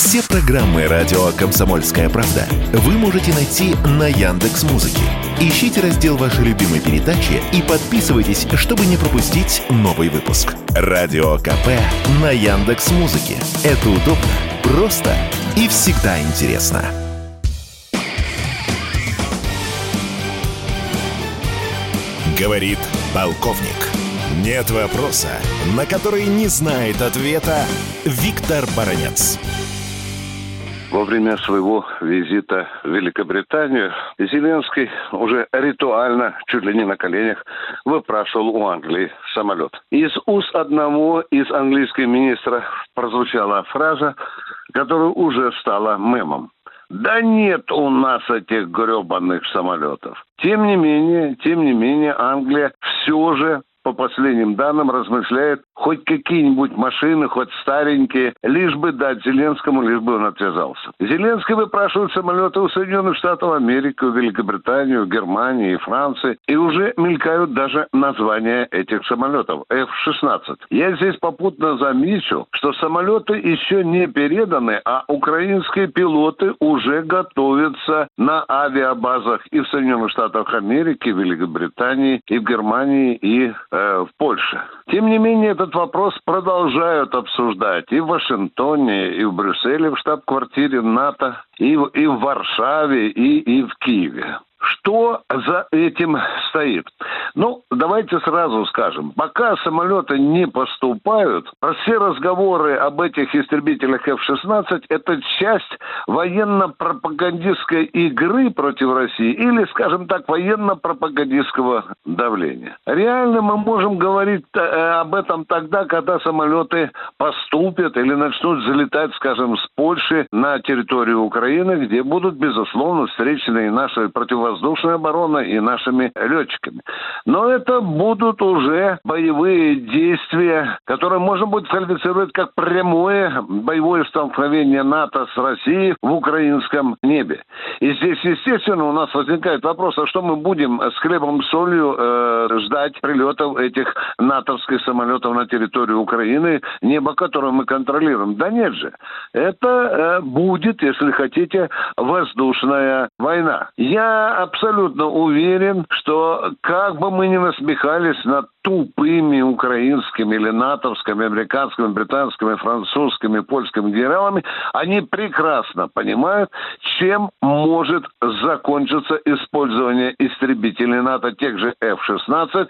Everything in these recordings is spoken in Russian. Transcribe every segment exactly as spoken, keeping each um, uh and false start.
Все программы радио «Комсомольская правда» вы можете найти на Яндекс.Музыке. Ищите раздел вашей любимой передачи и подписывайтесь, чтобы не пропустить новый выпуск. Радио КП на Яндекс.Музыке. Это удобно, просто и всегда интересно. Говорит полковник. Нет вопроса, на который не знает ответа Виктор Баранец. Во время своего визита в Великобританию Зеленский уже ритуально, чуть ли не на коленях, выпрашивал у Англии самолет. Из уст одного из английских министров прозвучала фраза, которая уже стала мемом. Да нет у нас этих гребаных самолетов. Тем не менее, тем не менее, Англия все же, по последним данным, размышляет хоть какие-нибудь машины, хоть старенькие, лишь бы дать Зеленскому, лишь бы он отвязался. Зеленский выпрашивает самолеты у Соединенных Штатов Америки, у Великобритании, у Германии и Франции. И уже мелькают даже названия этих самолетов. эф шестнадцать. Я здесь попутно замечу, что самолеты еще не переданы, а украинские пилоты уже готовятся на авиабазах и в Соединенных Штатах Америки, и в Великобритании, и в Германии, и э, в Польше. Тем не менее, этот вопрос продолжают обсуждать и в Вашингтоне, и в Брюсселе, в штаб-квартире НАТО, и в, и в Варшаве, и, и в Киеве. Что за этим стоит? Ну, давайте сразу скажем. Пока самолеты не поступают, все разговоры об этих истребителях эф шестнадцать – это часть военно-пропагандистской игры против России или, скажем так, военно-пропагандистского давления. Реально мы можем говорить об этом тогда, когда самолеты поступят или начнут залетать, скажем, с Польши на территорию Украины, где будут, безусловно, встречены и наши противовоздушные воздушная оборона и нашими летчиками. Но это будут уже боевые действия, которые можно будет квалифицировать как прямое боевое столкновение НАТО с Россией в украинском небе. И здесь, естественно, у нас возникает вопрос, а что мы будем с хлебом, солью э, ждать прилетов этих натовских самолетов на территорию Украины, небо, которое мы контролируем? Да нет же. Это э, будет, если хотите, воздушная война. Я абсолютно уверен, что как бы мы ни насмехались над тупыми украинскими или натовскими, американскими, британскими, французскими, польскими генералами, они прекрасно понимают, чем может закончиться использование истребителей НАТО, тех же эф шестнадцать,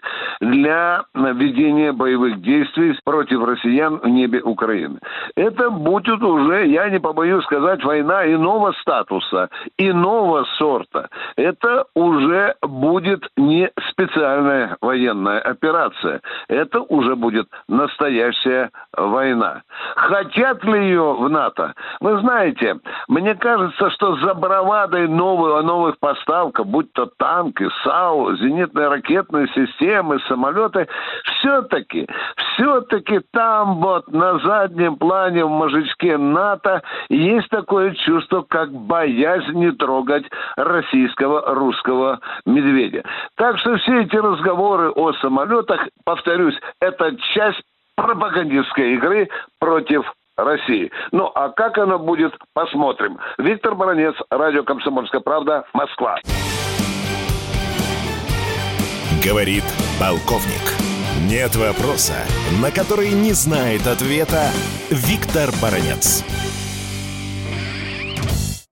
для ведения боевых действий против россиян в небе Украины. Это будет уже, я не побоюсь сказать, война иного статуса, иного сорта. Это уже будет не специальная военная операция. Это уже будет настоящая война. Хотят ли ее в НАТО? Вы знаете, мне кажется, что за бравадой новых, о новых поставках, будь то танки, САУ, зенитные ракетные системы, самолеты, все-таки, все-таки там вот на заднем плане в мозжечке НАТО есть такое чувство, как боязнь не трогать российского, русского медведя. Так что все эти разговоры о самолетах, повторюсь, это часть пропагандистской игры против России. Ну, а как она будет, посмотрим. Виктор Баранец, радио «Комсомольская правда», Москва. Говорит полковник. Нет вопроса, на который не знает ответа Виктор Баранец.